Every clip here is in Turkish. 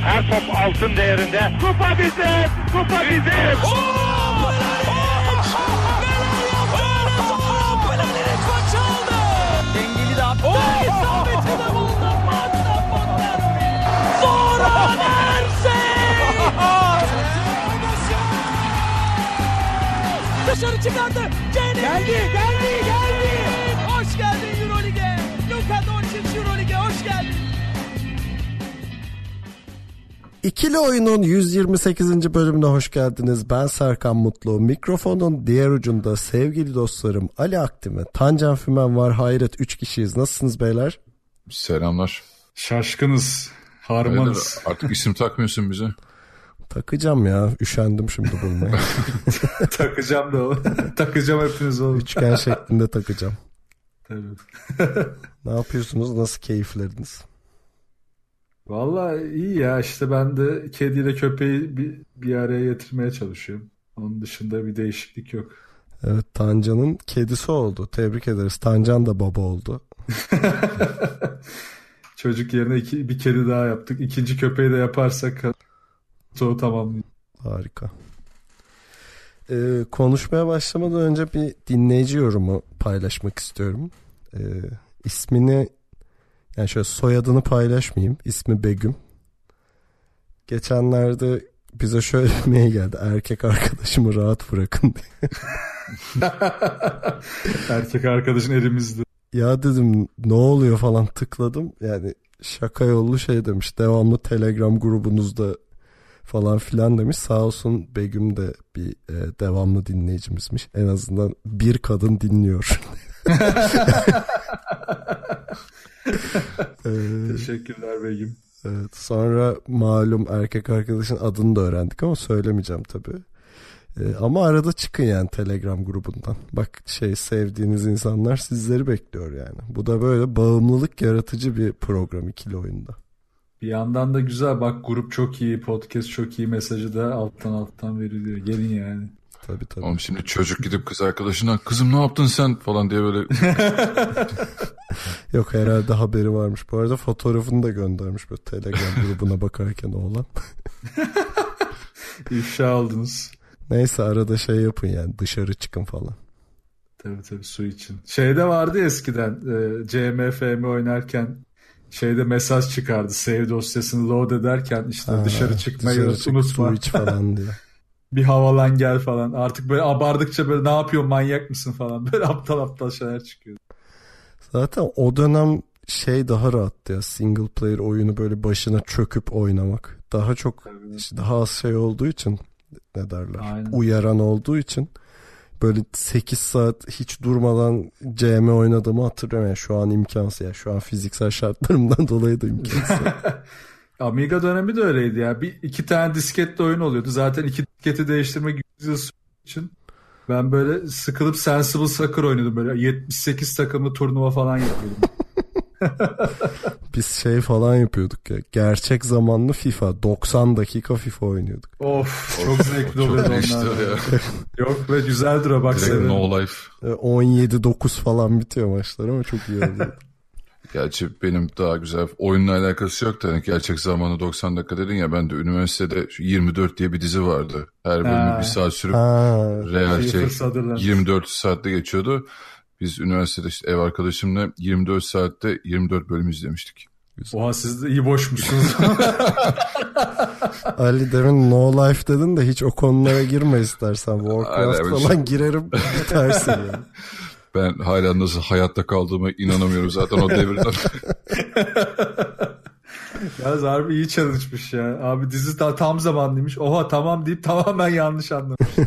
Her top altın değerinde. Kupa bizim, kupa bizim. Dengeli de attı. İsabetine buldu. Sonra dışarı çıkardı. Geldi. Hoş geldin Euroleague'e. Luka Doncic Euroleague'e hoş geldin. İkili Oyun'un 128. bölümüne hoş geldiniz. Ben Serkan Mutlu. Mikrofonun diğer ucunda sevgili dostlarım Ali Akdimi, Tancan Fümen var. Hayret 3 kişiyiz. Nasılsınız beyler? Selamlar. Şaşkınız, harmanız. Artık isim takmıyorsun bize. Takacağım ya. Üşendim şimdi bulmaya. Takacağım da o. Takacağım hepiniz oğlum. Üçgen şeklinde takacağım. Tabii. Ne yapıyorsunuz? Nasıl keyifleriniz? Vallahi iyi ya, işte ben de kediyle köpeği bir araya getirmeye çalışıyorum. Onun dışında bir değişiklik yok. Evet, Tancan'ın kedisi oldu. Tebrik ederiz. Tancan da baba oldu. Çocuk yerine bir kedi daha yaptık. İkinci köpeği de yaparsak o tamamlayacak. Harika. Konuşmaya başlamadan önce bir dinleyici yorumu paylaşmak istiyorum. İsmini, yani şöyle soyadını paylaşmayayım. İsmi Begüm. Geçenlerde bize şöyle bir mail geldi. Erkek arkadaşımı rahat bırakın diye. Erkek arkadaşın elimizde. Ya dedim ne oluyor falan, tıkladım. Yani şaka yollu şey demiş. Devamlı Telegram grubunuzda falan filan demiş. Sağ olsun Begüm de bir devamlı dinleyicimizmiş. En azından bir kadın dinliyor. Teşekkürler Begüm. Evet, sonra malum erkek arkadaşın adını da öğrendik ama söylemeyeceğim tabii. Ama arada çıkın yani Telegram grubundan. Bak sevdiğiniz insanlar sizleri bekliyor yani. Bu da böyle bağımlılık yaratıcı bir program ikili oyunda. Bir yandan da güzel, bak grup çok iyi, podcast çok iyi mesajı da alttan veriliyor. Gelin yani. Tabii. Oğlum şimdi çocuk gidip kız arkadaşına kızım ne yaptın sen falan diye böyle. Yok, herhalde haberi varmış. Bu arada fotoğrafını da göndermiş böyle Telegram grubuna bakarken oğlan. İfşa oldunuz. Neyse, arada yapın yani, dışarı çıkın falan. Tabii su için. Şeyde vardı ya eskiden CMFM oynarken mesaj çıkardı. Save dosyasını load ederken dışarı çıkmayı unutma. Su iç falan diye. Bir havalan gel falan. Artık böyle abardıkça böyle ne yapıyorsun, manyak mısın falan. Böyle aptal şeyler çıkıyor. Zaten o dönem daha rahattı ya. Single player oyunu böyle başına çöküp oynamak. Daha çok daha az olduğu için, ne derler? Aynen. Uyaran olduğu için böyle 8 saat hiç durmadan CM oynadığımı hatırlıyorum. Yani şu an imkansız ya. Şu an fiziksel şartlarımdan dolayı da imkansız. Amiga dönemi de öyleydi ya. İki tane disketli oyun oluyordu. Zaten iki disketi değiştirmek için ben böyle sıkılıp Sensible Soccer oynuyordum. Böyle 78 takımlı turnuva falan yapıyordum. Biz falan yapıyorduk ya. Gerçek zamanlı FIFA. 90 dakika FIFA oynuyorduk. Of, çok zevkli oluyordu onlar. Yok be, güzeldir o, bak senin. No life. 17-9 falan bitiyor maçlar ama çok iyi oluyordu. Gerçi benim daha güzel oyunla alakası yok da yani gerçek zamanı 90 dakika dedin ya, ben de üniversitede 24 diye bir dizi vardı. Her bölümü bir saat sürüp real 24 saatte geçiyordu. Biz üniversitede ev arkadaşımla 24 saatte 24 bölüm izlemiştik. Oha, siz de iyi boşmuşsunuz. Ali, demin No Life dedin de hiç o konulara girme istersen. Warcraft falan girerim bitersin yani. Ben hala nasıl hayatta kaldığıma inanamıyorum zaten o devirden. Yalnız harbi iyi çalışmış ya. Abi dizi tam zamanlıymış. Oha tamam deyip tamamen yanlış anlamışlar.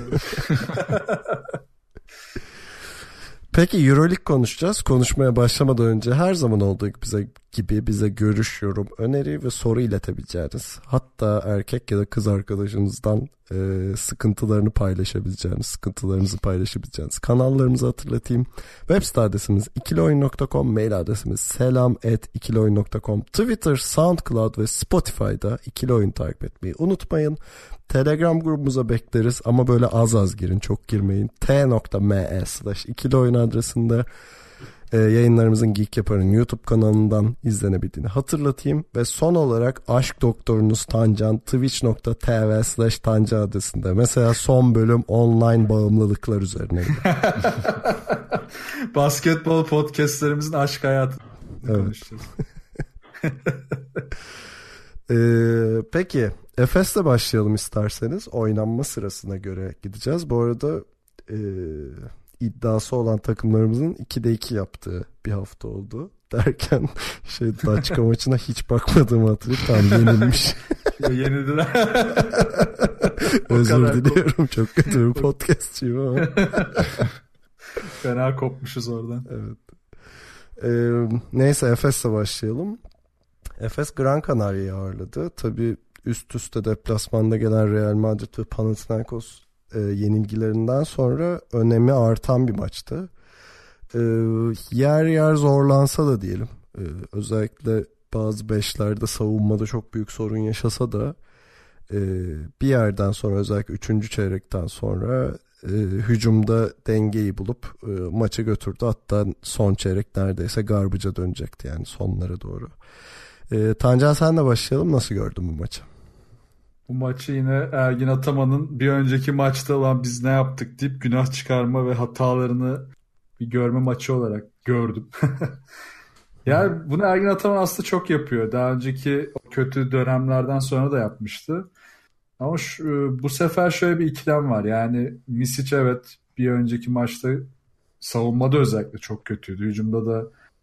Peki Euroleague konuşacağız. Konuşmaya başlamadan önce her zaman olduğu gibi bize görüş, yorum, öneri ve soru iletebileceğiniz, hatta erkek ya da kız arkadaşınızdan sıkıntılarınızı paylaşabileceğiniz kanallarımızı hatırlatayım. Web site adresimiz ikilioyun.com, mail adresimiz selam@ikilioyun.com, Twitter, SoundCloud ve Spotify'da İkili Oyun takip etmeyi unutmayın. Telegram grubumuza bekleriz ama böyle az girin, çok girmeyin. t.me/ikilioyun adresinde Yayınlarımızın Geek Yapar'ın YouTube kanalından izlenebildiğini hatırlatayım. Ve son olarak Aşk Doktorunuz Tancan twitch.tv/Tancan adresinde. Mesela son bölüm online bağımlılıklar üzerine. Basketbol podcastlerimizin aşk hayatı konuşacağız. Peki Efes'le başlayalım isterseniz. Oynanma sırasına göre gideceğiz. Bu arada iddiası olan takımlarımızın 2'de 2 yaptığı bir hafta oldu. Derken Daçka maçına hiç bakmadığımı hatırlayıp tam yenilmiş. Yenildiler. Özür diliyorum. Çok kötü bir podcastçıyım ama. Fena kopmuşuz oradan. Evet. Neyse Efes'le başlayalım. Efes Gran Canaria'yı ağırladı. Tabii üst üste deplasmanda gelen Real Madrid ve Panathinaikos yenilgilerinden sonra önemi artan bir maçtı. Yer yer zorlansa da diyelim. Özellikle bazı beşlerde savunmada çok büyük sorun yaşasa da bir yerden sonra özellikle 3. çeyrekten sonra hücumda dengeyi bulup maçı götürdü. Hatta son çeyrek neredeyse garbaca dönecekti yani sonlara doğru. Tancan senle başlayalım. Nasıl gördün bu maçı? Bu maçı yine Ergin Ataman'ın bir önceki maçta olan biz ne yaptık deyip günah çıkarma ve hatalarını bir görme maçı olarak gördüm. Yani bunu Ergin Ataman aslında çok yapıyor. Daha önceki o kötü dönemlerden sonra da yapmıştı. Ama bu sefer şöyle bir ikilem var. Yani Misic evet bir önceki maçta savunmada özellikle çok kötüydü. Hücumda da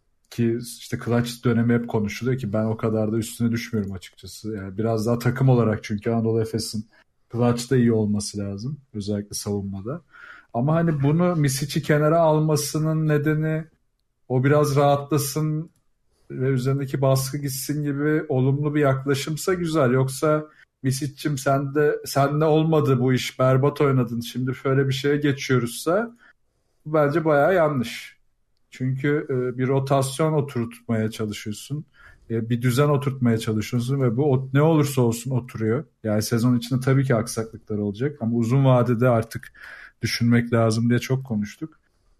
ki işte clutch dönemi hep konuşuluyor ki ben o kadar da üstüne düşmüyorum açıkçası. Yani biraz daha takım olarak çünkü Anadolu Efes'in clutch'ta iyi olması lazım. Özellikle savunmada. Ama hani bunu Misic'i kenara almasının nedeni o biraz rahatlasın ve üzerindeki baskı gitsin gibi olumlu bir yaklaşımsa güzel. Yoksa Misic'cim sende olmadı bu iş, berbat oynadın, şimdi şöyle bir şeye geçiyoruzsa bu bence bayağı yanlış. Çünkü bir rotasyon oturtmaya çalışıyorsun. Bir düzen oturtmaya çalışıyorsun ve bu ne olursa olsun oturuyor. Yani sezon içinde tabii ki aksaklıklar olacak ama uzun vadede artık düşünmek lazım diye çok konuştuk.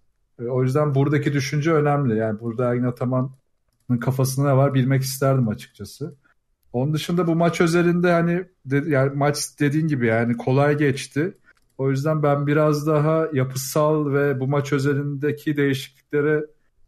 O yüzden buradaki düşünce önemli. Yani burada Ergin Ataman'ın kafasında ne var bilmek isterdim açıkçası. Onun dışında bu maç özelinde hani yani maç dediğin gibi yani kolay geçti. O yüzden ben biraz daha yapısal ve bu maç özelindeki değişikliklere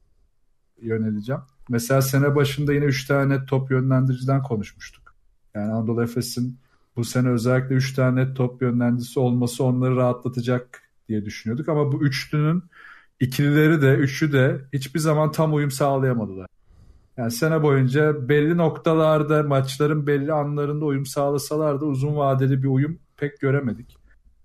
yöneleceğim. Mesela sene başında yine 3 tane top yönlendiriciden konuşmuştuk. Yani Anadolu Efes'in bu sene özellikle 3 tane top yönlendiricisi olması onları rahatlatacak diye düşünüyorduk. Ama bu üçlünün ikilileri de üçü de hiçbir zaman tam uyum sağlayamadılar. Yani sene boyunca belli noktalarda maçların belli anlarında uyum sağlasalar da uzun vadeli bir uyum pek göremedik.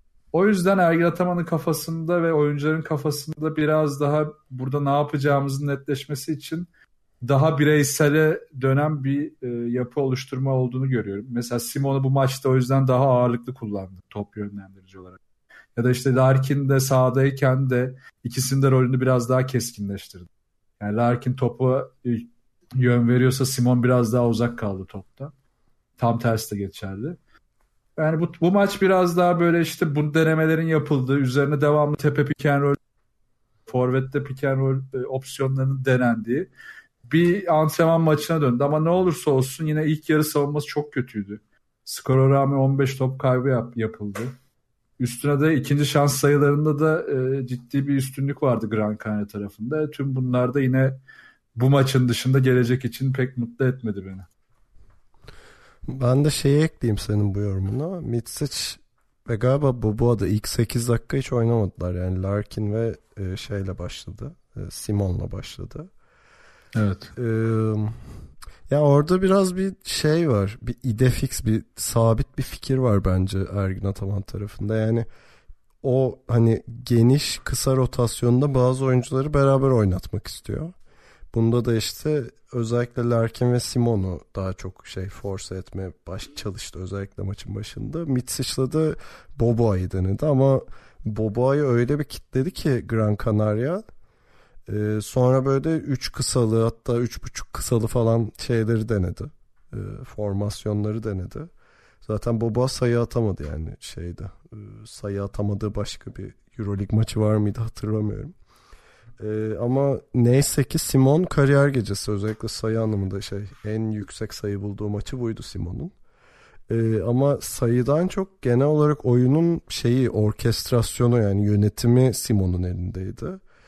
O yüzden Ergin Ataman'ın kafasında ve oyuncuların kafasında biraz daha burada ne yapacağımızın netleşmesi için daha bireysele dönen bir yapı oluşturma olduğunu görüyorum. Mesela Simon'u bu maçta o yüzden daha ağırlıklı kullandı top yönlendirici olarak. Ya da işte Larkin de sahadayken de ikisinin de rolünü biraz daha keskinleştirdi. Yani Larkin topu yön veriyorsa Simon biraz daha uzak kaldı topta. Tam tersi de geçerli. Yani bu maç biraz daha böyle işte bu denemelerin yapıldığı, üzerine devamlı tepe pick and roll, forvette pick and roll opsiyonlarının denendiği bir antrenman maçına döndü. Ama ne olursa olsun yine ilk yarı savunması çok kötüydü. Skora rağmen 15 top kaybı yapıldı. Üstüne de ikinci şans sayılarında da ciddi bir üstünlük vardı Gran Canaria tarafında. Tüm bunlar da yine bu maçın dışında gelecek için pek mutlu etmedi beni. Ben de şeyi ekleyeyim senin bu yorumuna. Mitsic ve galiba Boboa da ilk 8 dakika hiç oynamadılar. Yani Larkin ve şeyle başladı. Simon'la başladı. Evet. Ya orada biraz bir şey var. Bir ide fix, bir sabit bir fikir var bence Ergin Ataman tarafında. Yani o hani geniş kısa rotasyonda bazı oyuncuları beraber oynatmak istiyor. Bunda da işte özellikle Larkin ve Simon'u daha çok force etmeye çalıştı özellikle maçın başında. Mitsic'la da Boboa'yı denedi ama Boboa'yı öyle bir kitledi ki Gran Canaria. Sonra böyle 3 kısalı hatta 3.5 kısalı falan şeyleri denedi. Formasyonları denedi. Zaten Boboa sayı atamadı yani sayı atamadığı başka bir Euroleague maçı var mıydı hatırlamıyorum. Ama neyse ki Simon kariyer gecesi, özellikle sayı anlamında en yüksek sayı bulduğu maçı buydu Simon'un. Ama sayıdan çok genel olarak oyunun orkestrasyonu, yani yönetimi Simon'un elindeydi.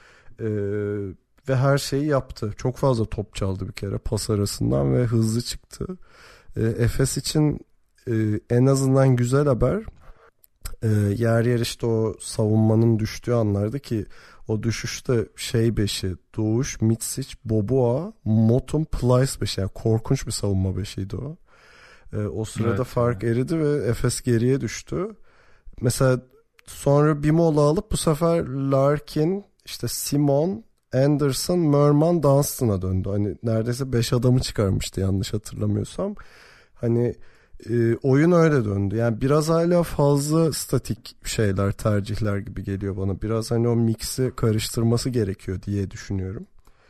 Ve her şeyi yaptı. Çok fazla top çaldı bir kere pas arasından ve hızlı çıktı. Efes için en azından güzel haber, yer yer işte o savunmanın düştüğü anlarda, ki o düşüşte beşi, Doğuş, Mitsic, Boboa, Motum, Plyce beşi, yani korkunç bir savunma beşiydi o. O sırada evet, fark eridi ve Efes geriye düştü. Mesela sonra bir mola alıp bu sefer Larkin, işte Simon, Anderson, Merman, Dunstan'a döndü. Hani neredeyse 5 adamı çıkarmıştı yanlış hatırlamıyorsam. Hani oyun öyle döndü. Yani biraz hala fazla statik tercihler gibi geliyor bana. Biraz hani o mix'i karıştırması gerekiyor diye düşünüyorum.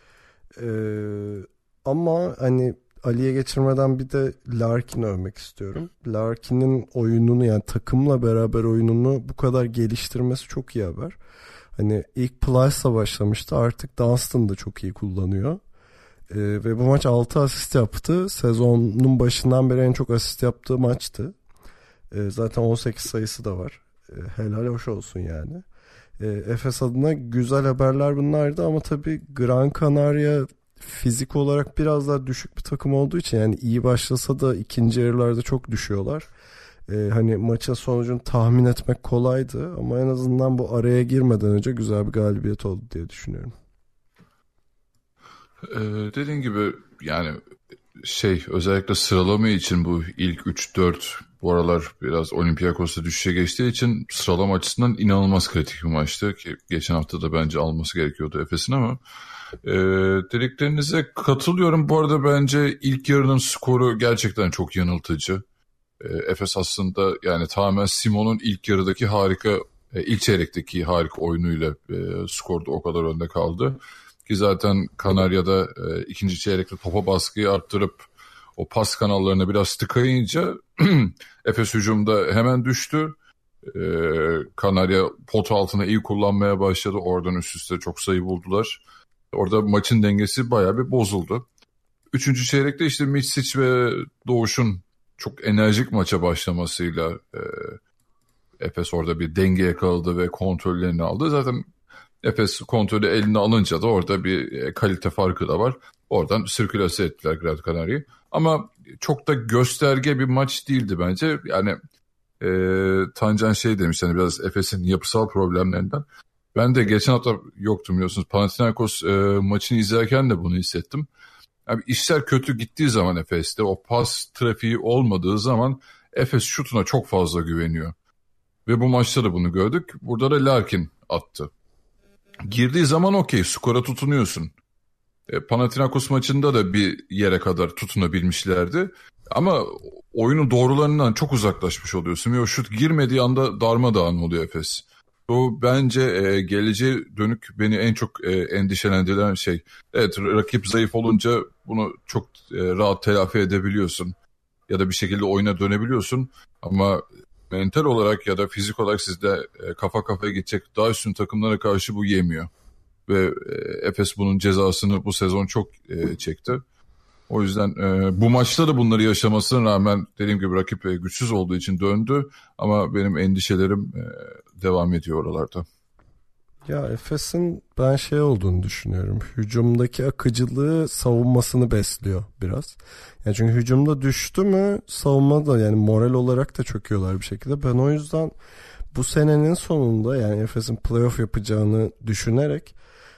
Ama hani Ali'ye geçirmeden bir de Larkin'i övmek istiyorum. Larkin'in oyununu, yani takımla beraber oyununu bu kadar geliştirmesi çok iyi haber. Hani ilk Plyce'la başlamıştı, artık Dunstan da çok iyi kullanıyor. Ve bu maç 6 asist yaptı. Sezonun başından beri en çok asist yaptığı maçtı. Zaten 18 sayısı da var. Helal hoş olsun yani. Efes adına güzel haberler bunlardı ama tabii Gran Canaria fizik olarak biraz daha düşük bir takım olduğu için, yani iyi başlasa da ikinci yarılarda çok düşüyorlar. Hani maçın sonucunu tahmin etmek kolaydı ama en azından bu araya girmeden önce güzel bir galibiyet oldu diye düşünüyorum. Dediğin gibi yani özellikle sıralama için bu ilk 3-4 bu aralar biraz Olympiakos'ta düşüşe geçtiği için sıralama açısından inanılmaz kritik bir maçtı ki geçen hafta da bence alması gerekiyordu Efes'in ama dediklerinize katılıyorum. Bu arada bence ilk yarının skoru gerçekten çok yanıltıcı. Efes aslında yani tamamen Simon'un ilk yarıdaki harika, ilk çeyrekteki harika oyunuyla skorda o kadar önde kaldı. Ki zaten Kanarya'da ikinci çeyrekte topa baskıyı arttırıp o pas kanallarına biraz tıkayınca Efes hücumda hemen düştü. Kanarya pot altına iyi kullanmaya başladı. Oradan üst üste çok sayı buldular. Orada maçın dengesi bayağı bir bozuldu. Üçüncü çeyrekte işte Mitsic ve Doğuş'un çok enerjik maça başlamasıyla Efes orada bir denge yakaladı ve kontrollerini aldı. Zaten Efes kontrolü eline alınca da orada bir kalite farkı da var. Oradan sirkülase ettiler Gran Canaria'yı. Ama çok da gösterge bir maç değildi bence. Yani Tancan demiş hani biraz Efes'in yapısal problemlerinden. Ben de geçen hafta yoktum biliyorsunuz. Panathinaikos maçını izlerken de bunu hissettim. Yani işler kötü gittiği zaman Efes'te, o pas trafiği olmadığı zaman Efes şutuna çok fazla güveniyor. Ve bu maçta da bunu gördük. Burada da Larkin attı. Girdiği zaman okey, skora tutunuyorsun. Panathinaikos maçında da bir yere kadar tutunabilmişlerdi. Ama oyunun doğrularından çok uzaklaşmış oluyorsun. Ve o şut girmediği anda darmadağın oluyor Efes. Bu bence geleceğe dönük beni en çok endişelendiren şey. Evet, rakip zayıf olunca bunu çok rahat telafi edebiliyorsun. Ya da bir şekilde oyuna dönebiliyorsun. Ama mental olarak ya da fizik olarak sizde kafa kafaya gidecek daha üstün takımlara karşı bu yemiyor. Ve Efes bunun cezasını bu sezon çok çekti. O yüzden bu maçta da bunları yaşamasına rağmen dediğim gibi rakip güçsüz olduğu için döndü. Ama benim endişelerim devam ediyor oralarda. Ya Efes'in ben olduğunu düşünüyorum. Hücumdaki akıcılığı savunmasını besliyor biraz. Yani çünkü hücumda düştü mü savunmada yani moral olarak da çöküyorlar bir şekilde. Ben o yüzden bu senenin sonunda yani Efes'in playoff yapacağını düşünerek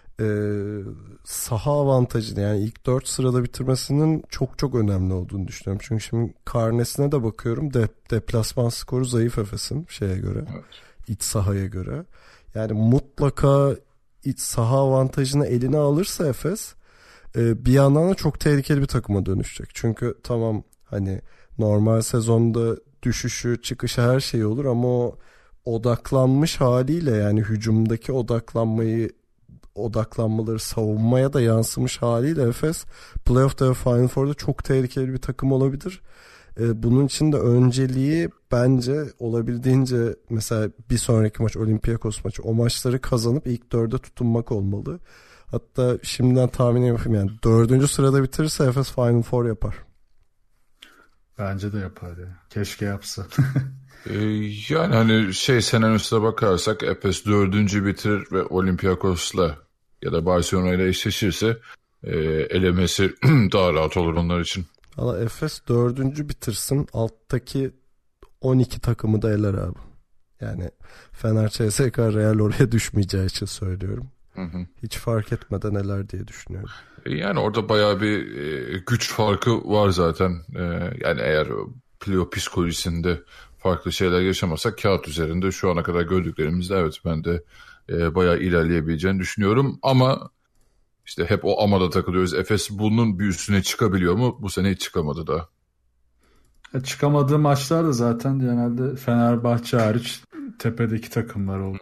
saha avantajını yani ilk 4 sırada bitirmesinin çok çok önemli olduğunu düşünüyorum. Çünkü şimdi karnesine de bakıyorum. Deplasman skoru zayıf Efes'in göre. Evet. İç sahaya göre. Yani mutlaka iç saha avantajını eline alırsa Efes bir yandan da çok tehlikeli bir takıma dönüşecek. Çünkü tamam hani normal sezonda düşüşü, çıkışı her şey olur ama o odaklanmış haliyle yani hücumdaki odaklanmaları savunmaya da yansımış haliyle Efes playoff'ta ve Final Four'da çok tehlikeli bir takım olabilir. Bunun için de önceliği bence olabildiğince mesela bir sonraki maç Olympiakos maçı, o maçları kazanıp ilk 4'e tutunmak olmalı. Hatta şimdiden tahmin yapayım yani 4. sırada bitirirse Efes Final Four yapar. Bence de yapar ya. Keşke yapsa. Yani hani senaryosuna bakarsak Efes 4. bitirir ve Olympiakos'la ya da Barcelona ile eşleşirse elemesi daha rahat olur onlar için. Valla Efes 4. bitirsin, alttaki 12 takımı da eler abi. Yani Fener, CSK, Real oraya düşmeyeceği için söylüyorum. Hiç fark etmeden eler diye düşünüyorum. Yani orada bayağı bir güç farkı var zaten. Yani eğer playoff psikolojisinde farklı şeyler yaşamasak kağıt üzerinde şu ana kadar gördüklerimizde evet ben de bayağı ilerleyebileceğini düşünüyorum. Ama işte hep o amada takılıyoruz. Efes bunun bir üstüne çıkabiliyor mu? Bu sene hiç çıkamadı da. Çıkamadığı maçlar da zaten genelde Fenerbahçe hariç tepedeki takımlar oldu.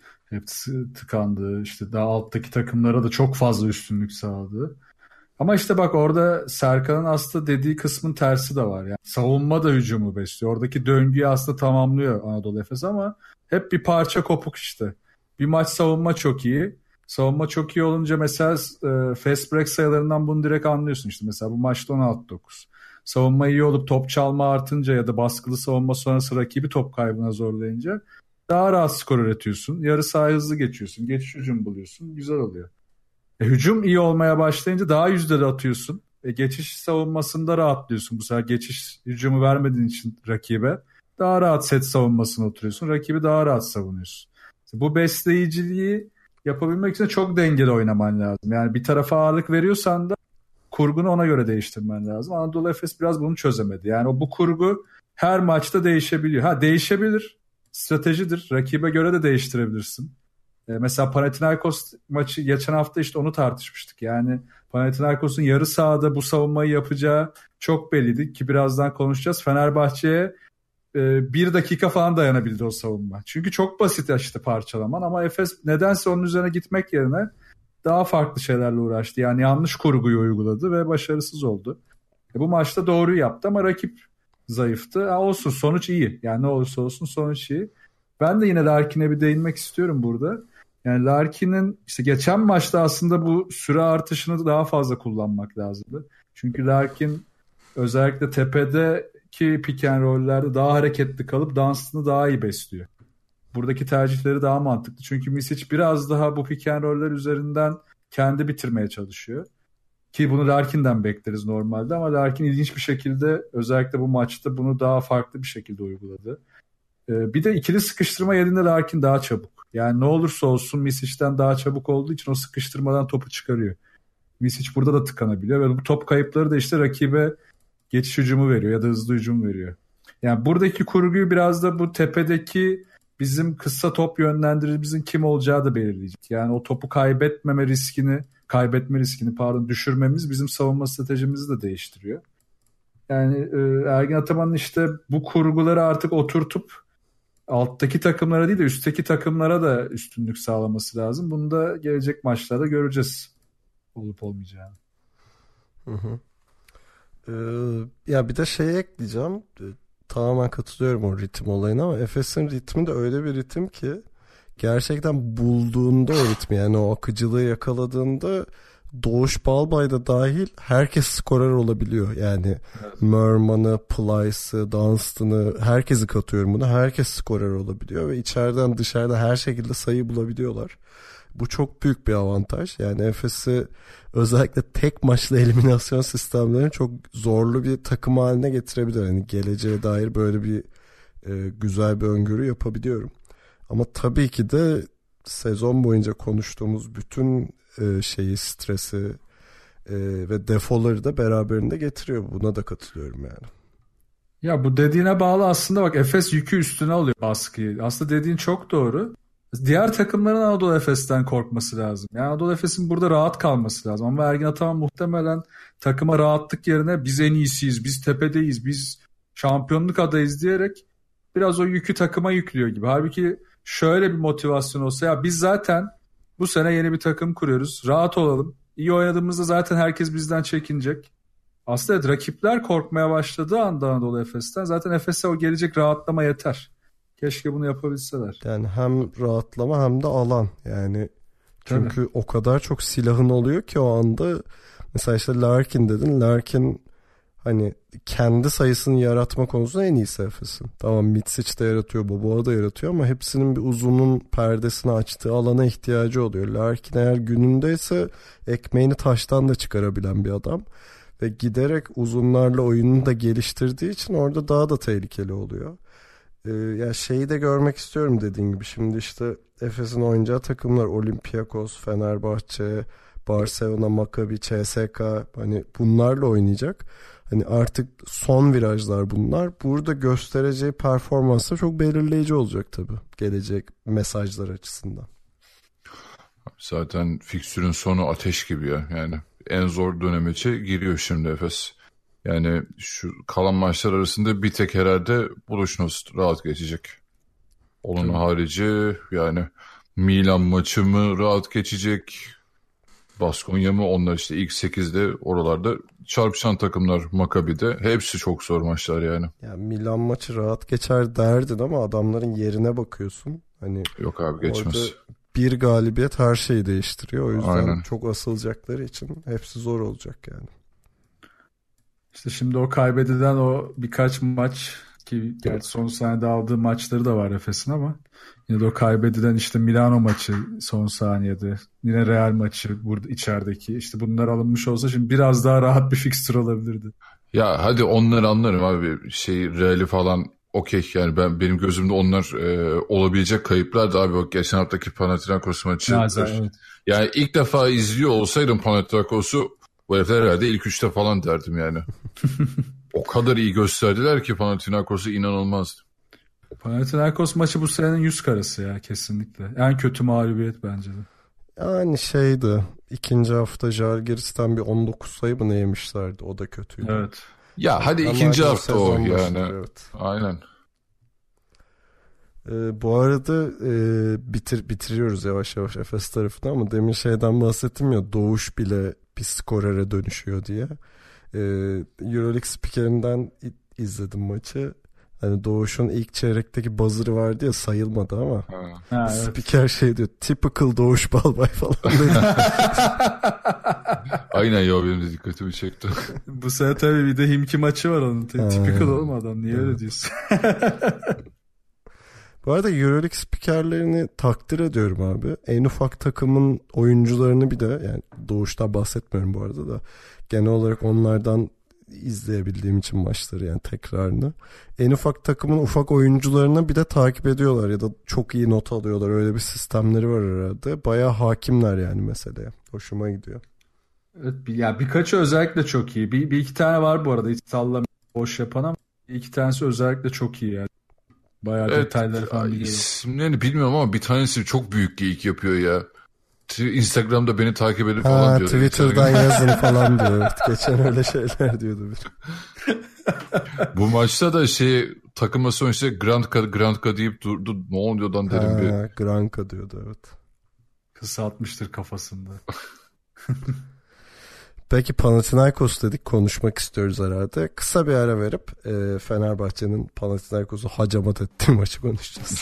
Hepsi tıkandı. İşte daha alttaki takımlara da çok fazla üstünlük sağladı. Ama işte bak orada Serkan'ın aslında dediği kısmın tersi de var. Yani savunma da hücumu besliyor. Oradaki döngüyü aslında tamamlıyor Anadolu Efes ama hep bir parça kopuk işte. Bir maç savunma çok iyi. Savunma çok iyi olunca mesela fast break sayılarından bunu direkt anlıyorsun. İşte mesela bu maçta 16-9. Savunma iyi olup top çalma artınca ya da baskılı savunma sonrası rakibi top kaybına zorlayınca daha rahat skor üretiyorsun. Yarı sahayı hızlı geçiyorsun. Geçiş hücum buluyorsun. Güzel oluyor. Hücum iyi olmaya başlayınca daha yüzdeli atıyorsun. Geçiş savunmasında rahatlıyorsun. Bu sefer geçiş hücumu vermediğin için rakibe daha rahat set savunmasına oturuyorsun. Rakibi daha rahat savunuyorsun. Bu besleyiciliği yapabilmek için çok dengeli oynaman lazım. Yani bir tarafa ağırlık veriyorsan da kurgunu ona göre değiştirmen lazım. Anadolu Efes biraz bunu çözemedi. Yani bu kurgu her maçta değişebiliyor. Değişebilir. Stratejidir. Rakibe göre de değiştirebilirsin. Mesela Panathinaikos maçı geçen hafta işte onu tartışmıştık. Yani Panathinaikos'un yarı sahada bu savunmayı yapacağı çok belliydi ki birazdan konuşacağız. Fenerbahçe'ye 1 dakika falan dayanabildi o savunma. Çünkü çok basit işte parçalaman ama Efes nedense onun üzerine gitmek yerine daha farklı şeylerle uğraştı. Yani yanlış kurguyu uyguladı ve başarısız oldu. Bu maçta doğruyu yaptı ama rakip zayıftı. Olsun sonuç iyi. Yani ne olursa olsun sonuç iyi. Ben de yine Larkin'e bir değinmek istiyorum burada. Yani Larkin'in işte geçen maçta aslında bu süre artışını daha fazla kullanmak lazımdı. Çünkü Larkin özellikle tepedeki pick and roll'lerde daha hareketli kalıp Dunstan'ı daha iyi besliyor. Buradaki tercihleri daha mantıklı. Çünkü Misic biraz daha bu pick and roll'ler üzerinden kendi bitirmeye çalışıyor. Ki bunu Larkin'den bekleriz normalde ama Larkin ilginç bir şekilde özellikle bu maçta bunu daha farklı bir şekilde uyguladı. Bir de ikili sıkıştırma yerinde Larkin daha çabuk. Yani ne olursa olsun Misic'ten daha çabuk olduğu için o sıkıştırmadan topu çıkarıyor. Misic burada da tıkanabiliyor ve bu top kayıpları da işte rakibe geçiş hücumu veriyor ya da hızlı hücum veriyor. Yani buradaki kurguyu biraz da bu tepedeki bizim kısa top yönlendiricimizin kim olacağı da belirleyecek. Yani o topu kaybetme riskini düşürmemiz bizim savunma stratejimizi de değiştiriyor. Yani Ergin Ataman'ın işte bu kurguları artık oturtup alttaki takımlara değil de üstteki takımlara da üstünlük sağlaması lazım. Bunu da gelecek maçlarda göreceğiz olup olmayacağını. Ya bir de ekleyeceğim. Tamamen katılıyorum o ritim olayına ama Efes'in ritmi de öyle bir ritim ki gerçekten bulduğunda o ritmi yani o akıcılığı yakaladığında Doğuş Balbay da dahil herkes skorer olabiliyor. Yani evet. Merman'ı, Plyce'ı, Dunstan'ı herkesi katıyorum buna. Herkes skorer olabiliyor ve içeriden dışarıda her şekilde sayı bulabiliyorlar. Bu çok büyük bir avantaj. Yani Efes'i özellikle tek maçlı eliminasyon sistemlerini çok zorlu bir takım haline getirebilir. Yani geleceğe dair böyle bir güzel bir öngörü yapabiliyorum. Ama tabii ki de sezon boyunca konuştuğumuz bütün stresi ve defoları da beraberinde getiriyor. Buna da katılıyorum yani. Ya bu dediğine bağlı aslında bak Efes yükü üstüne alıyor baskıyı. Aslında dediğin çok doğru. Diğer takımların Anadolu Efes'ten korkması lazım. Yani Anadolu Efes'in burada rahat kalması lazım. Ama Ergin Ataman muhtemelen takıma rahatlık yerine biz en iyisiyiz, biz tepedeyiz, biz şampiyonluk adayız diyerek biraz o yükü takıma yüklüyor gibi. Halbuki şöyle bir motivasyon olsa ya biz zaten bu sene yeni bir takım kuruyoruz. Rahat olalım. İyi oynadığımızda zaten herkes bizden çekinecek. Aslında evet, rakipler korkmaya başladığı anda Anadolu Efes'ten zaten Efes'e o gelecek rahatlama yeter. Keşke bunu yapabilseler. Yani hem rahatlama hem de alan. Yani Çünkü o kadar çok silahın oluyor ki o anda. Mesela işte Larkin dedin. Larkin hani kendi sayısını yaratma konusunda en iyisi Efes'in. Tamam, Mitsic de yaratıyor, Boboa da yaratıyor ama hepsinin bir uzunun perdesini açtığı alana ihtiyacı oluyor. Larkin eğer günündeyse ekmeğini taştan da çıkarabilen bir adam. Ve giderek uzunlarla oyununu da geliştirdiği için orada daha da tehlikeli oluyor. Ya şeyi de görmek istiyorum dediğin gibi. Şimdi işte Efes'in oynayacağı takımlar Olympiakos, Fenerbahçe, Barcelona, Maccabi, CSKA, hani bunlarla oynayacak. Hani artık son virajlar bunlar. Burada göstereceği performans da çok belirleyici olacak tabii. Gelecek mesajlar açısından. Zaten fikstürün sonu ateş gibi ya. Yani en zor döneme giriyor şimdi Efes. Yani şu kalan maçlar arasında bir tek herhalde Budućnost rahat geçecek. Onun harici yani Milan maçı mı rahat geçecek? Baskonya mı? Onlar işte ilk 8'de oralarda çarpışan takımlar Maccabi'de. Hepsi çok zor maçlar yani. Ya Milan maçı rahat geçer derdin ama adamların yerine bakıyorsun. Hani yok abi, geçmez. Orada bir galibiyet her şeyi değiştiriyor. O yüzden aynen, çok asılacakları için hepsi zor olacak yani. İşte şimdi o kaybedilen o birkaç maç ki gerçi son saniyede aldığı maçları da var Efes'in ama yine de o kaybedilen işte Milano maçı son saniyede, yine Real maçı burada içerideki, işte bunlar alınmış olsa şimdi biraz daha rahat bir fikstür olabilirdi. Ya hadi onları anlarım abi, Real'i falan okey yani benim gözümde onlar olabilecek kayıplar da abi, bak geçen haftaki Panathinaikos maçı. Evet. Yani ilk defa izliyor olsaydım Panathinaikos'u, bu herifler herhalde ilk 3'te falan derdim yani. O kadar iyi gösterdiler ki Panathinaikos'u, inanılmazdı. Panathinaikos maçı bu senenin 100 karası ya, kesinlikle. En kötü mağlubiyet bence de. Yani şeydi, ikinci hafta Žalgiris'ten bir 19 sayı mı ne yemişlerdi, o da kötüydü. Evet. Ya hadi ama ikinci hafta o yani. Başladı, evet. Aynen. Bu arada bitiriyoruz yavaş yavaş Efes tarafını ama demin şeyden bahsettim ya, Doğuş bile bir skorere dönüşüyor diye. Euroleague spikerinden izledim maçı. Hani Doğuş'un ilk çeyrekteki buzzer'ı vardı ya, sayılmadı ama spiker evet, şey diyor, typical Doğuş Balbay falan dedi. Aynen ya, benim de dikkatimi çekti. Bu sene tabii bir de Himki maçı var onun. Typical olmadan niye öyle diyorsun? Bu arada Euroleague spikerlerini takdir ediyorum abi. En ufak takımın oyuncularını bir de, yani Doğuş'tan bahsetmiyorum bu arada da, genel olarak onlardan izleyebildiğim için maçları, yani tekrarını. En ufak takımın ufak oyuncularını bir de takip ediyorlar ya da çok iyi not alıyorlar. Öyle bir sistemleri var herhalde. Bayağı hakimler yani meseleye. Hoşuma gidiyor. Evet, ya birkaçı özellikle çok iyi. Bir iki tane var bu arada hiç sallamıyor, boş yapan, ama iki tanesi özellikle çok iyi yani. Bayağı evet, detayları falan biliyorum. İsimlerini bilmiyorum ama bir tanesi çok büyük geyik yapıyor ya. Instagram'da beni takip edip falan diyor. Twitter'dan yazın falan diyor. Evet, geçen öyle şeyler diyordu. Bu maçta da takıma sonuçta Grandka deyip durdu. Ne oluyor lan dedim bir. Grandka diyordu, evet. Kısaltmıştır kafasında. Peki Panathinaikos dedik, konuşmak istiyoruz herhalde. Kısa bir ara verip Fenerbahçe'nin Panathinaikos'u hacamat ettiği maçı konuşacağız.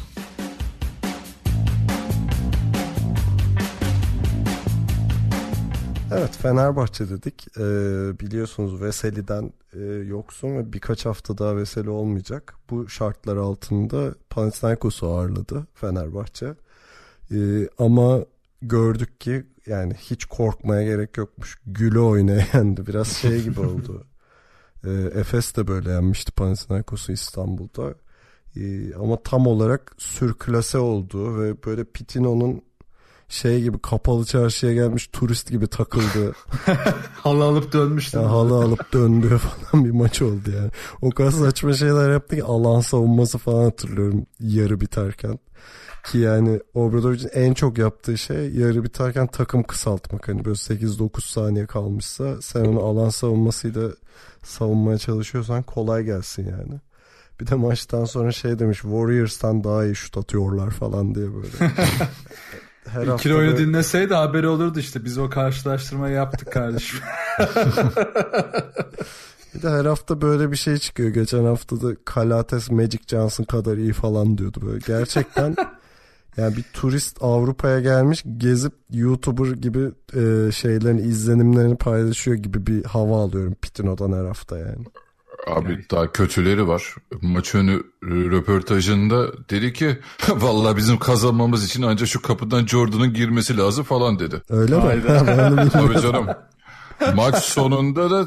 Evet, Fenerbahçe dedik. Biliyorsunuz Veseli'den yoksun ve birkaç hafta daha Veseli olmayacak. Bu şartlar altında Panathinaikos'u ağırladı Fenerbahçe. Ama gördük ki yani hiç korkmaya gerek yokmuş. Güle oynaya yendi. Biraz şey gibi oldu. Efes de böyle yenmişti Panathinaikos'u İstanbul'da. Ama tam olarak sürklase oldu ve böyle Pitino'nun gibi kapalı çarşıya gelmiş turist gibi takıldı. Halı alıp dönmüştü. Halı alıp döndüğü falan bir maç oldu yani. O kadar saçma şeyler yaptı ki, alan savunması falan hatırlıyorum yarı biterken. Ki yani Obradovic'in en çok yaptığı şey yarı biterken takım kısaltmak. Hani böyle 8-9 saniye kalmışsa sen onu alan savunmasıyla savunmaya çalışıyorsan kolay gelsin yani. Bir de maçtan sonra demiş, Warriors'tan daha iyi şut atıyorlar falan diye böyle. İkili oyunu dinleseydi haberi olurdu işte. Biz o karşılaştırmayı yaptık kardeşim. Bir de her hafta böyle bir şey çıkıyor. Geçen hafta da Kalates Magic Johnson kadar iyi falan diyordu böyle. Gerçekten Yani bir turist Avrupa'ya gelmiş gezip YouTuber gibi şeylerin izlenimlerini paylaşıyor gibi bir hava alıyorum Pitino'dan her hafta yani. Abi daha kötüleri var. Maç önü röportajında dedi ki vallahi bizim kazanmamız için ancak şu kapıdan Jordan'ın girmesi lazım falan dedi. Öyle mi? Tabii canım. Maç sonunda da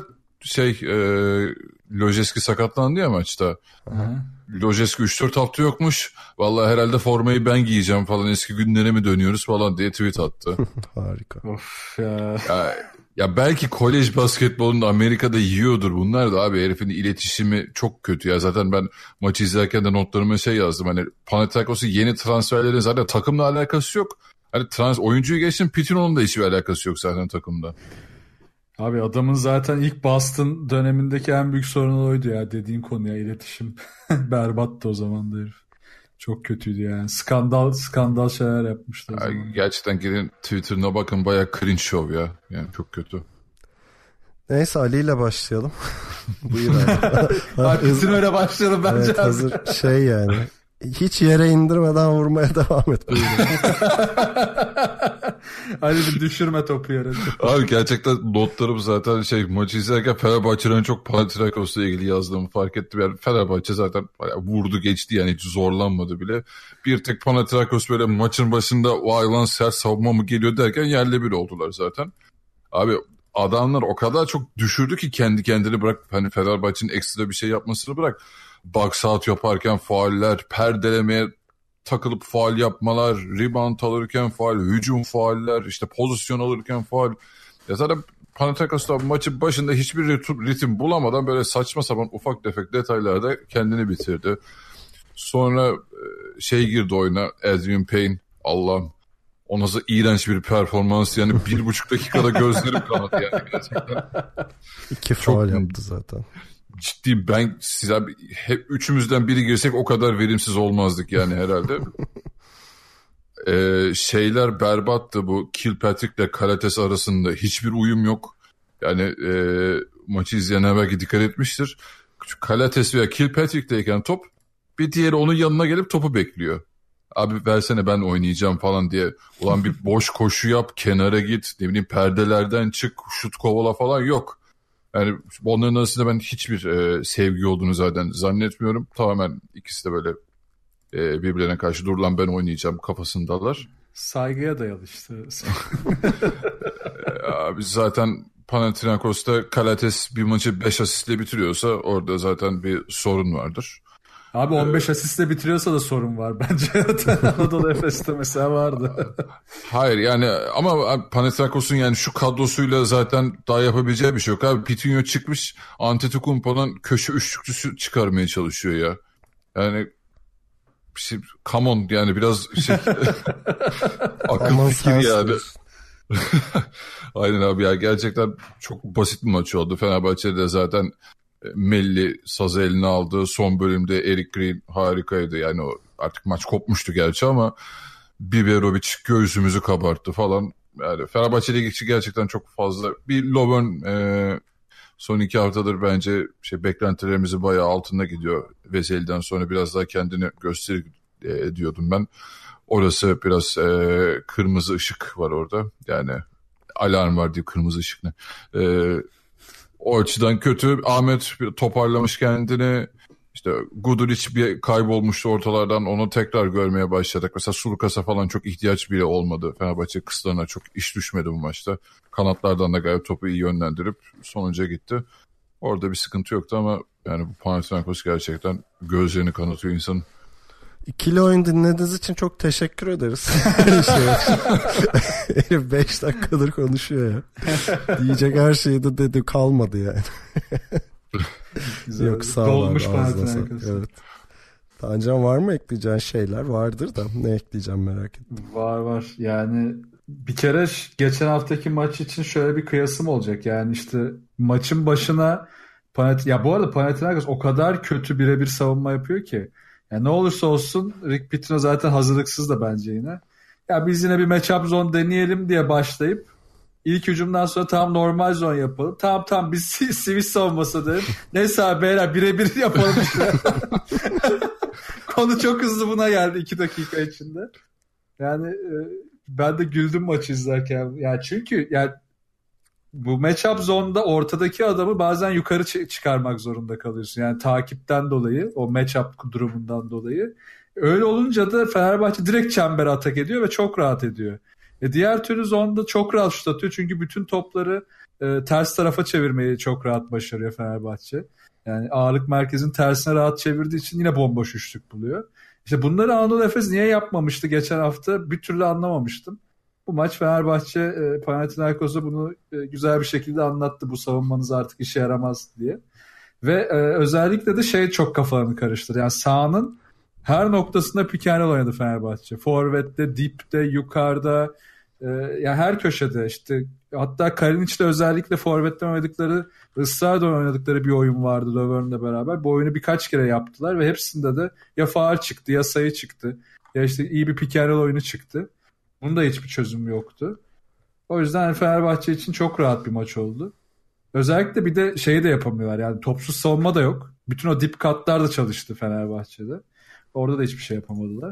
Lojeski sakatlandı ya maçta. Lojeski 3-4 hafta yokmuş. Vallahi herhalde formayı ben giyeceğim falan, eski günlere mi dönüyoruz falan diye tweet attı. Harika. Of ya. Ya belki kolej basketbolunda Amerika'da yiyordur bunlar da abi, herifin iletişimi çok kötü ya. Zaten ben maçı izlerken de notlarıma yazdım. Hani Panathinaikos'un yeni transferlerin zaten takımla alakası yok. Hani oyuncuyu geçtim, Pitino'nun da hiçbir alakası yok zaten takımda. Abi adamın zaten ilk Boston dönemindeki en büyük sorunu oydu ya, dediğin konuya iletişim. Berbattı o zaman da herif. Çok kötüydü yani. Skandal şeyler yapmıştı o zaman. Gerçekten girin Twitter'ına bakın, bayağı cringe show ya. Yani çok kötü. Neyse Ali ile başlayalım. Buyur abi. Öyle başlayalım bence. Evet, hazır yani. Hiç yere indirmeden vurmaya devam et. Hadi bir düşürme topu yere. Abi gerçekten notlarım zaten maçı izlerken Fenerbahçe'nin çok Panathinaikos'la ilgili yazdığımı fark ettim. Yani Fenerbahçe zaten vurdu geçti yani, hiç zorlanmadı bile. Bir tek Panathinaikos böyle maçın başında vay lan sert savunma mı geliyor derken yerle bir oldular zaten. Abi adamlar o kadar çok düşürdü ki kendi kendini, bırak hani Fenerbahçe'nin ekstra bir şey yapmasını bırak. Box out yaparken fauller, perdelemeye takılıp faul yapmalar, rebound alırken faul, hücum fauller, işte pozisyon alırken faul. Ya zaten Panathinaikos'ta maçın başında hiçbir ritim bulamadan böyle saçma sapan ufak tefek detaylarda kendini bitirdi. Sonra girdi oyuna, Adrian Payne. Allah'ım, o nasıl iğrenç bir performans yani, 1,5 dakikada gözlerim kanadı yani gerçekten. 2 faul yaptı zaten. Ciddi, ben size hep üçümüzden biri girsek o kadar verimsiz olmazdık yani herhalde. Şeyler berbattı, bu Kilpatrick ile Kalates arasında hiçbir uyum yok. Yani maçı izleyenler belki dikkat etmiştir. Kalates veya Kilpatrick'teyken top, bir diğeri onun yanına gelip topu bekliyor. Abi versene ben oynayacağım falan diye. Ulan bir boş koşu yap, kenara git, ne bileyim perdelerden çık, şut kovala falan yok. Yani onların arasında ben hiçbir sevgi olduğunu zaten zannetmiyorum. Tamamen ikisi de böyle birbirlerine karşı dur lan ben oynayacağım kafasındalar. Saygıya dayalı işte. Abi zaten Panathinaikos'ta Kalates bir maçı 5 asistle bitiriyorsa orada zaten bir sorun vardır. Abi 15 asistle bitiriyorsa da sorun var bence. Anadolu Efes'te mesela vardı. Hayır yani, ama Panathinaikos'un yani şu kadrosuyla zaten daha yapabileceği bir şey yok. Abi Pitino çıkmış, Antetokounmpo'dan köşe üçlüklüsü çıkarmaya çalışıyor ya. Yani come on yani, biraz akıl fikir yani. Aynen abi ya, gerçekten çok basit bir maç oldu. Fenerbahçe'de zaten Melli sazı eline aldı. Son bölümde Eric Green harikaydı. Yani o artık maç kopmuştu gerçi ama Biberovic göğsümüzü kabarttı falan. Yani Fenerbahçe'de gerçekten çok fazla. Bir Lovern son 2 haftadır bence beklentilerimizin bayağı altında gidiyor. Veseli'den sonra biraz daha kendini gösterir diyordum ben. Orası biraz kırmızı ışık var orada. Yani alarm var diye, kırmızı ışık ne? O açıdan kötü. Ahmet toparlamış kendini. İşte Guduric bir kaybolmuştu ortalardan. Onu tekrar görmeye başladık. Mesela Sulukas'a falan çok ihtiyaç bile olmadı. Fenerbahçe kıslarına çok iş düşmedi bu maçta. Kanatlardan da gayet topu iyi yönlendirip sonuca gitti. Orada bir sıkıntı yoktu ama yani bu Panathinaikos gerçekten gözlerini kanatıyor insanın. İkili oyun dinlediğiniz için çok teşekkür ederiz. 5 dakikadır konuşuyor ya. Diyecek her şeyi de dedi, kalmadı yani. Güzel. Yok sağ ol. Evet. Tancan var mı ekleyeceğin şeyler? Vardır da ne ekleyeceğim merak ettim. Var. Yani bir kere geçen haftaki maç için şöyle bir kıyasım olacak. Yani işte maçın başına ya bu arada Panathinaikos o kadar kötü birebir savunma yapıyor ki. Yani ne olursa olsun Rick Pitino zaten hazırlıksız da bence yine. Ya biz yine bir matchup zone deneyelim diye başlayıp ilk hücumdan sonra tam normal zone yapalım. Tamam biz switch savunması derim. Neyse abi beyler birebir yapalım işte. Konu çok hızlı buna geldi 2 dakika içinde. Yani ben de güldüm maçı izlerken. Yani çünkü yani bu matchup zone'da ortadaki adamı bazen yukarı çıkarmak zorunda kalıyorsun. Yani takipten dolayı, o matchup durumundan dolayı. Öyle olunca da Fenerbahçe direkt çembere atak ediyor ve çok rahat ediyor. Diğer türlü zone'da çok rahat şut atıyor. Çünkü bütün topları ters tarafa çevirmeyi çok rahat başarıyor Fenerbahçe. Yani ağırlık merkezin tersine rahat çevirdiği için yine bomboş üçlük buluyor. İşte bunları Anadolu Efes niye yapmamıştı geçen hafta bir türlü anlamamıştım. Bu maç Fenerbahçe Panathinaikos'a bunu güzel bir şekilde anlattı. Bu savunmanız artık işe yaramaz diye. Ve özellikle de çok kafalarını karıştırdı. Yani sahanın her noktasında pick and roll oynadı Fenerbahçe. Forvet'te, dipte, yukarıda, yani her köşede işte. Hatta Kalinic'le özellikle forvetten oynadıkları, ısrarla oynadıkları bir oyun vardı Löwen'le beraber. Bu oyunu birkaç kere yaptılar ve hepsinde de ya faul çıktı ya sayı çıktı. Ya işte iyi bir pick and roll oyunu çıktı. Bunda hiçbir çözüm yoktu. O yüzden Fenerbahçe için çok rahat bir maç oldu. Özellikle bir de de yapamıyorlar. Yani topsuz savunma da yok. Bütün o dip katlar da çalıştı Fenerbahçe'de. Orada da hiçbir şey yapamadılar.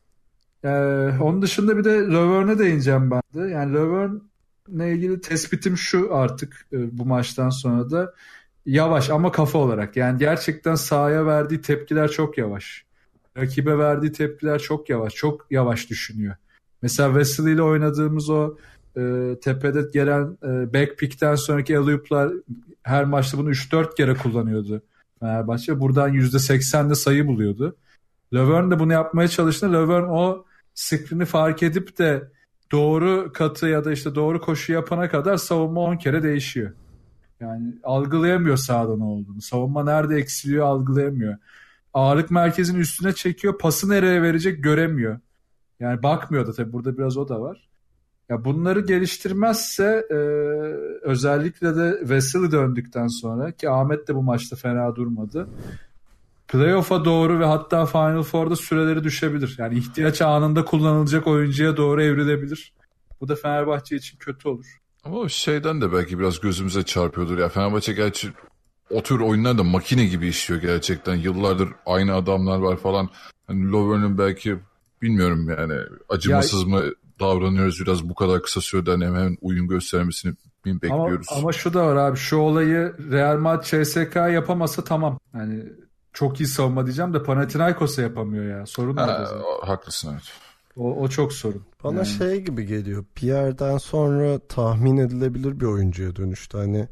Onun dışında bir de Löwen'e değineceğim ben de. Yani Löwen'le ilgili tespitim şu artık bu maçtan sonra da yavaş ama kafa olarak. Yani gerçekten sahaya verdiği tepkiler çok yavaş. Rakibe verdiği tepkiler çok yavaş. Çok yavaş düşünüyor. Mesela Vesely ile oynadığımız o tepede gelen backpick'ten sonraki alley-oop'lar her maçta bunu 3-4 kere kullanıyordu Fenerbahçe. Buradan %80'de sayı buluyordu. Löwen de bunu yapmaya çalıştı. Löwen o screen'i fark edip de doğru katı ya da işte doğru koşu yapana kadar savunma 10 kere değişiyor. Yani algılayamıyor sahada ne olduğunu. Savunma nerede eksiliyor algılayamıyor. Ağırlık merkezinin üstüne çekiyor. Pası nereye verecek göremiyor. Yani bakmıyor da tabii burada biraz o da var. Ya bunları geliştirmezse özellikle de Vesely döndükten sonra ki Ahmet de bu maçta fena durmadı. Playoff'a doğru ve hatta Final Four'da süreleri düşebilir. Yani ihtiyaç anında kullanılacak oyuncuya doğru evrilebilir. Bu da Fenerbahçe için kötü olur. Ama o de belki biraz gözümüze çarpıyordur. Ya Fenerbahçe gerçi o tür oyunlarda makine gibi işliyor gerçekten. Yıllardır aynı adamlar var falan. Hani Löwen'in belki bilmiyorum yani acımasız mı davranıyoruz biraz bu kadar kısa sürede hemen uyum göstermesini bekliyoruz. Ama şu da var abi, şu olayı Real Madrid CSK yapamasa tamam. Yani çok iyi savunma diyeceğim de Panathinaikos'a yapamıyor ya. Sorun orada. Haklısın evet. O çok sorun. Bana gibi geliyor. Bir yerden sonra tahmin edilebilir bir oyuncuya dönüştü. Hani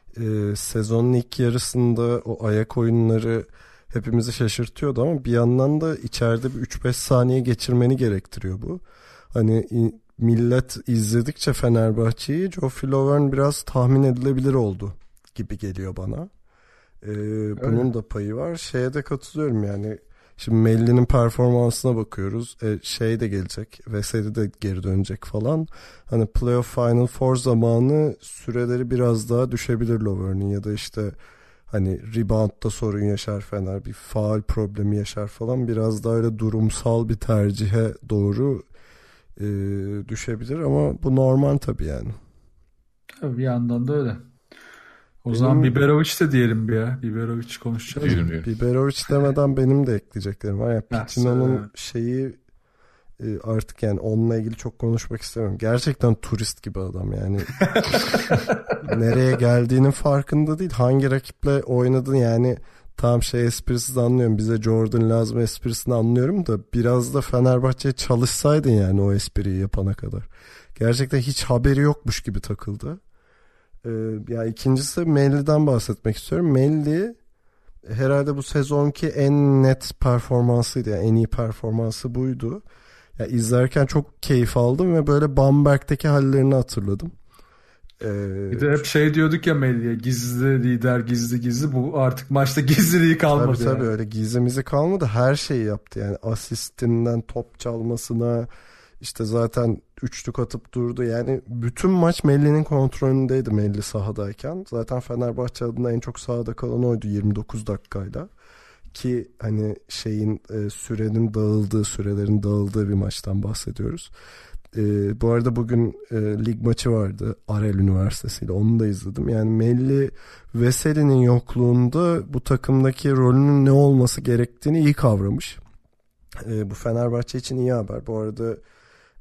sezonun ilk yarısında o ayak oyunları hepimizi şaşırtıyordu ama bir yandan da içeride bir 3-5 saniye geçirmeni gerektiriyor bu. Hani millet izledikçe Fenerbahçe'yi Geoffrey Löwen biraz tahmin edilebilir oldu gibi geliyor bana. Bunun da payı var. Şeye de katılıyorum yani. Şimdi Melli'nin performansına bakıyoruz. De gelecek. Veseli de geri dönecek falan. Hani playoff Final Four zamanı süreleri biraz daha düşebilir Löwen'in ya da işte hani reboundda sorun yaşar Fener. Bir faul problemi yaşar falan. Biraz daha öyle durumsal bir tercihe doğru düşebilir ama bu normal tabii yani. Tabii bir yandan da öyle. O zaman Biberovic de diyelim bir ya. Biberovic konuşacağız. Biberovic demeden benim de ekleyeceklerim var. Yani Pitino'nun artık yani onunla ilgili çok konuşmak istemiyorum. Gerçekten turist gibi adam yani. Nereye geldiğinin farkında değil. Hangi rakiple oynadığını yani tam esprisiz anlıyorum. Bize Jordan lazım esprisini anlıyorum da biraz da Fenerbahçe'ye çalışsaydın yani o espriyi yapana kadar. Gerçekten hiç haberi yokmuş gibi takıldı. Yani ikincisi Melli'den bahsetmek istiyorum. Melli herhalde bu sezonki en net performansıydı. Yani en iyi performansı buydu. Yani izlerken çok keyif aldım ve böyle Bamberg'teki hallerini hatırladım. Bir de hep diyorduk ya Melli'ye, gizli lider, gizli. Bu artık maçta gizliliği kalmadı. Tabii öyle gizlimizi kalmadı. Her şeyi yaptı yani asistinden top çalmasına işte zaten üçlük atıp durdu. Yani bütün maç Melli'nin kontrolündeydi Melli sahadayken. Zaten Fenerbahçe adına en çok sahada kalan oydu 29 dakikayla. Ki hani sürelerin dağıldığı bir maçtan bahsediyoruz. Bu arada bugün lig maçı vardı Arel Üniversitesi ile, onu da izledim. Yani Melli Veseli'nin yokluğunda bu takımdaki rolünün ne olması gerektiğini iyi kavramış. Bu Fenerbahçe için iyi haber. Bu arada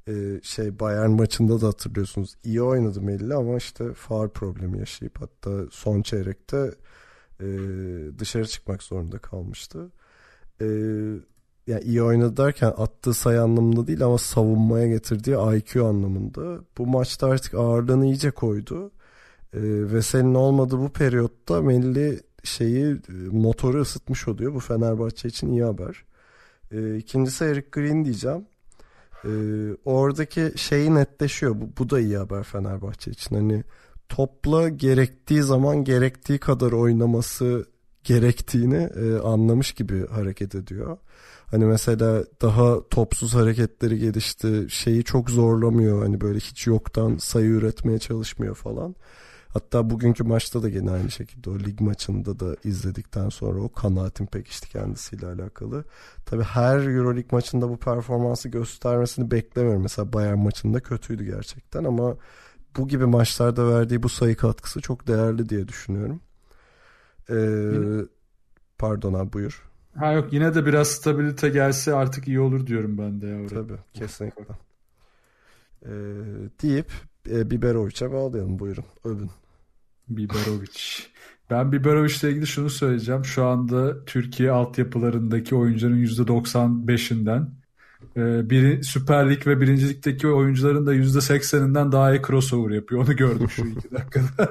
Bayern maçında da hatırlıyorsunuz. İyi oynadı Melli ama işte faul problemi yaşayıp hatta son çeyrekte dışarı çıkmak zorunda kalmıştı. Yani iyi oynadı derken attığı sayı anlamında değil ama savunmaya getirdiği IQ anlamında. Bu maçta artık ağırlığını iyice koydu. Veseli'nin olmadığı bu periyotta Melli motoru ısıtmış oluyor. Bu Fenerbahçe için iyi haber. İkincisi Eric Green diyeceğim. Oradaki netleşiyor. Bu da iyi haber Fenerbahçe için. Hani topla gerektiği zaman gerektiği kadar oynaması gerektiğini anlamış gibi hareket ediyor. Hani mesela daha topsuz hareketleri gelişti. Çok zorlamıyor. Hani böyle hiç yoktan sayı üretmeye çalışmıyor falan. Hatta bugünkü maçta da gene aynı şekilde o lig maçında da izledikten sonra o kanaatim pekişti kendisiyle alakalı. Tabii her Euroleague maçında bu performansı göstermesini beklemiyorum. Mesela Bayern maçında kötüydü gerçekten ama bu gibi maçlarda verdiği bu sayı katkısı çok değerli diye düşünüyorum. Pardon abi, buyur. Yok, yine de biraz stabilite gelse artık iyi olur diyorum ben de. Ya, tabii kesinlikle. Deyip Biberovic'e bağlayalım, buyurun övün. Biberovic. Ben Biberovic'le ilgili şunu söyleyeceğim. Şu anda Türkiye altyapılarındaki oyuncuların %95'inden Süper Lig ve 1. Lig'deki oyuncuların da %80'inden daha iyi crossover yapıyor. Onu gördük şu 2 dakikada.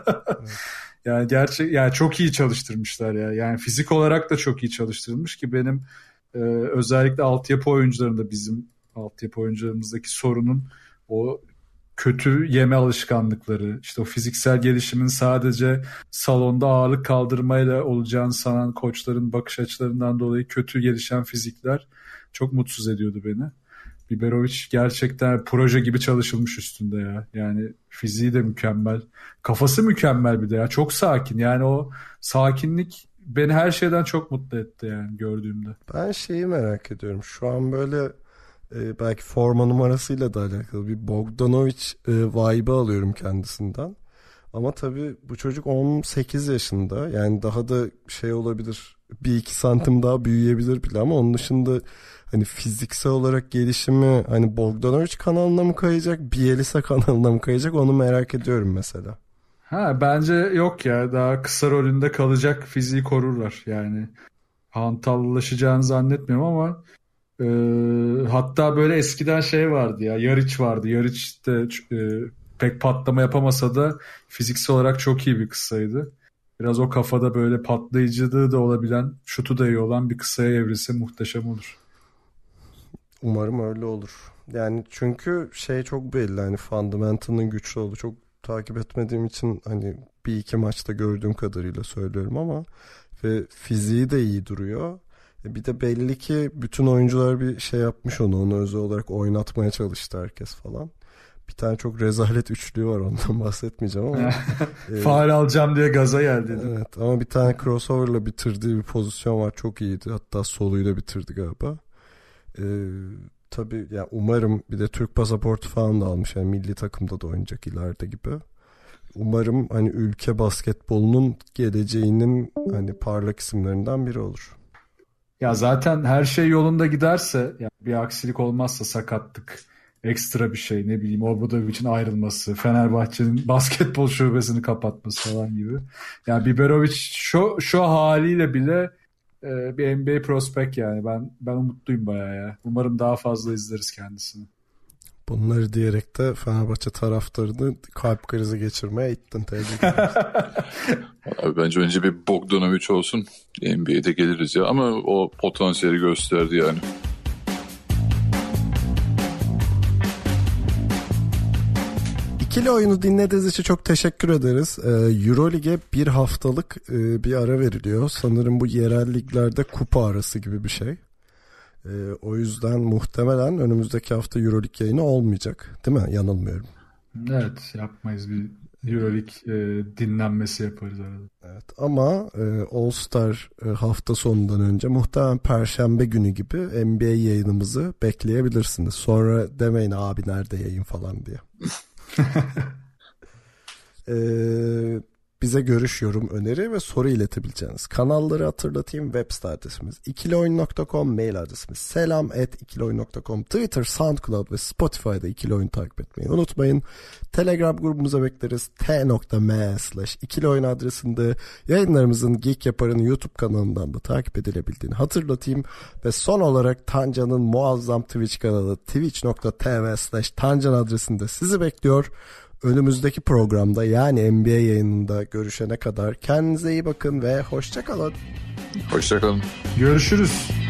Yani çok iyi çalıştırmışlar ya. Yani fizik olarak da çok iyi çalıştırılmış ki benim özellikle altyapı oyuncularında bizim altyapı oyuncularımızdaki sorunun o kötü yeme alışkanlıkları, işte o fiziksel gelişimin sadece salonda ağırlık kaldırmayla olacağını sanan koçların bakış açılarından dolayı kötü gelişen fizikler çok mutsuz ediyordu beni. Biberovic gerçekten proje gibi çalışılmış üstünde ya. Yani fiziği de mükemmel. Kafası mükemmel bir de ya. Çok sakin. Yani o sakinlik beni her şeyden çok mutlu etti yani gördüğümde. Ben merak ediyorum. Şu an böyle belki forma numarasıyla da alakalı bir Bogdanovic vibe'ı alıyorum kendisinden. Ama tabii bu çocuk 18 yaşında. Yani daha da olabilir. 1-2 santim daha büyüyebilir bile ama onun dışında hani fiziksel olarak gelişimi hani Bogdanovic kanalına mı kayacak, Bielisa kanalına mı kayacak, onu merak ediyorum mesela. Bence yok ya, daha kısa rolünde kalacak, fiziği korurlar yani. Hantallaşacağını zannetmiyorum ama hatta böyle eskiden vardı ya, Yariç vardı. Yariç de pek patlama yapamasa da fiziksel olarak çok iyi bir kısaydı. Biraz o kafada böyle patlayıcılığı da olabilen, şutu da iyi olan bir kısaya evrilse muhteşem olur. Umarım öyle olur. Yani çünkü çok belli, hani fundamental'ın güçlü olduğu, çok takip etmediğim için hani 1-2 maçta gördüğüm kadarıyla söylüyorum ama ve fiziği de iyi duruyor. Bir de belli ki bütün oyuncular bir yapmış onu özel olarak oynatmaya çalıştı herkes falan. Bir tane çok rezalet üçlüğü var, ondan bahsetmeyeceğim ama. Faul alacağım diye gaza geldi. Evet, ama bir tane crossover'la bitirdiği bir pozisyon var, çok iyiydi. Hatta soluyla bitirdi galiba. Tabii yani umarım, bir de Türk pasaportu falan da almış. Yani milli takımda da oynayacak ileride gibi. Umarım hani ülke basketbolunun geleceğinin hani parlak isimlerinden biri olur. Ya zaten her şey yolunda giderse, yani bir aksilik olmazsa, sakatlık, ekstra bir şey, ne bileyim Obradovic'in ayrılması, Fenerbahçe'nin basketbol şubesini kapatması falan gibi. Yani Biberovic şu haliyle bile bir NBA prospect yani. Ben umutluyum bayağı ya. Umarım daha fazla izleriz kendisini. Bunları diyerek de Fenerbahçe taraftarını kalp krizi geçirmeye ittin. Tebrik ederim. Abi bence önce bir Bogdanovic olsun, NBA'de geliriz ya, ama o potansiyeli gösterdi yani. İkili oyunu dinlediğiniz için çok teşekkür ederiz. Euroleague'e bir haftalık bir ara veriliyor. Sanırım bu yerel liglerde kupa arası gibi bir şey. O yüzden muhtemelen önümüzdeki hafta Euroleague yayını olmayacak. Değil mi? Yanılmıyorum. Evet, yapmayız, bir Euroleague dinlenmesi yaparız arada. Evet, ama All Star hafta sonundan önce muhtemelen Perşembe günü gibi NBA yayınımızı bekleyebilirsiniz. Sonra demeyin abi nerede yayın falan diye. bize görüş, yorum, öneri ve soru iletebileceğiniz kanalları hatırlatayım. Web site adresimiz ikilioyun.com, mail adresimiz selam@ikilioyun.com, Twitter, SoundCloud ve Spotify'da İkili Oyun takip etmeyi unutmayın. Telegram grubumuza bekleriz. t.me/ikilioyun adresinde. Yayınlarımızın Geek Yapar'ın YouTube kanalından da takip edilebildiğini hatırlatayım. Ve son olarak Tancan'ın muazzam Twitch kanalı twitch.tv/Tancan adresinde sizi bekliyor. Önümüzdeki programda, yani NBA yayınında görüşene kadar kendinize iyi bakın ve hoşça kalın. Hoşça kalın. Görüşürüz.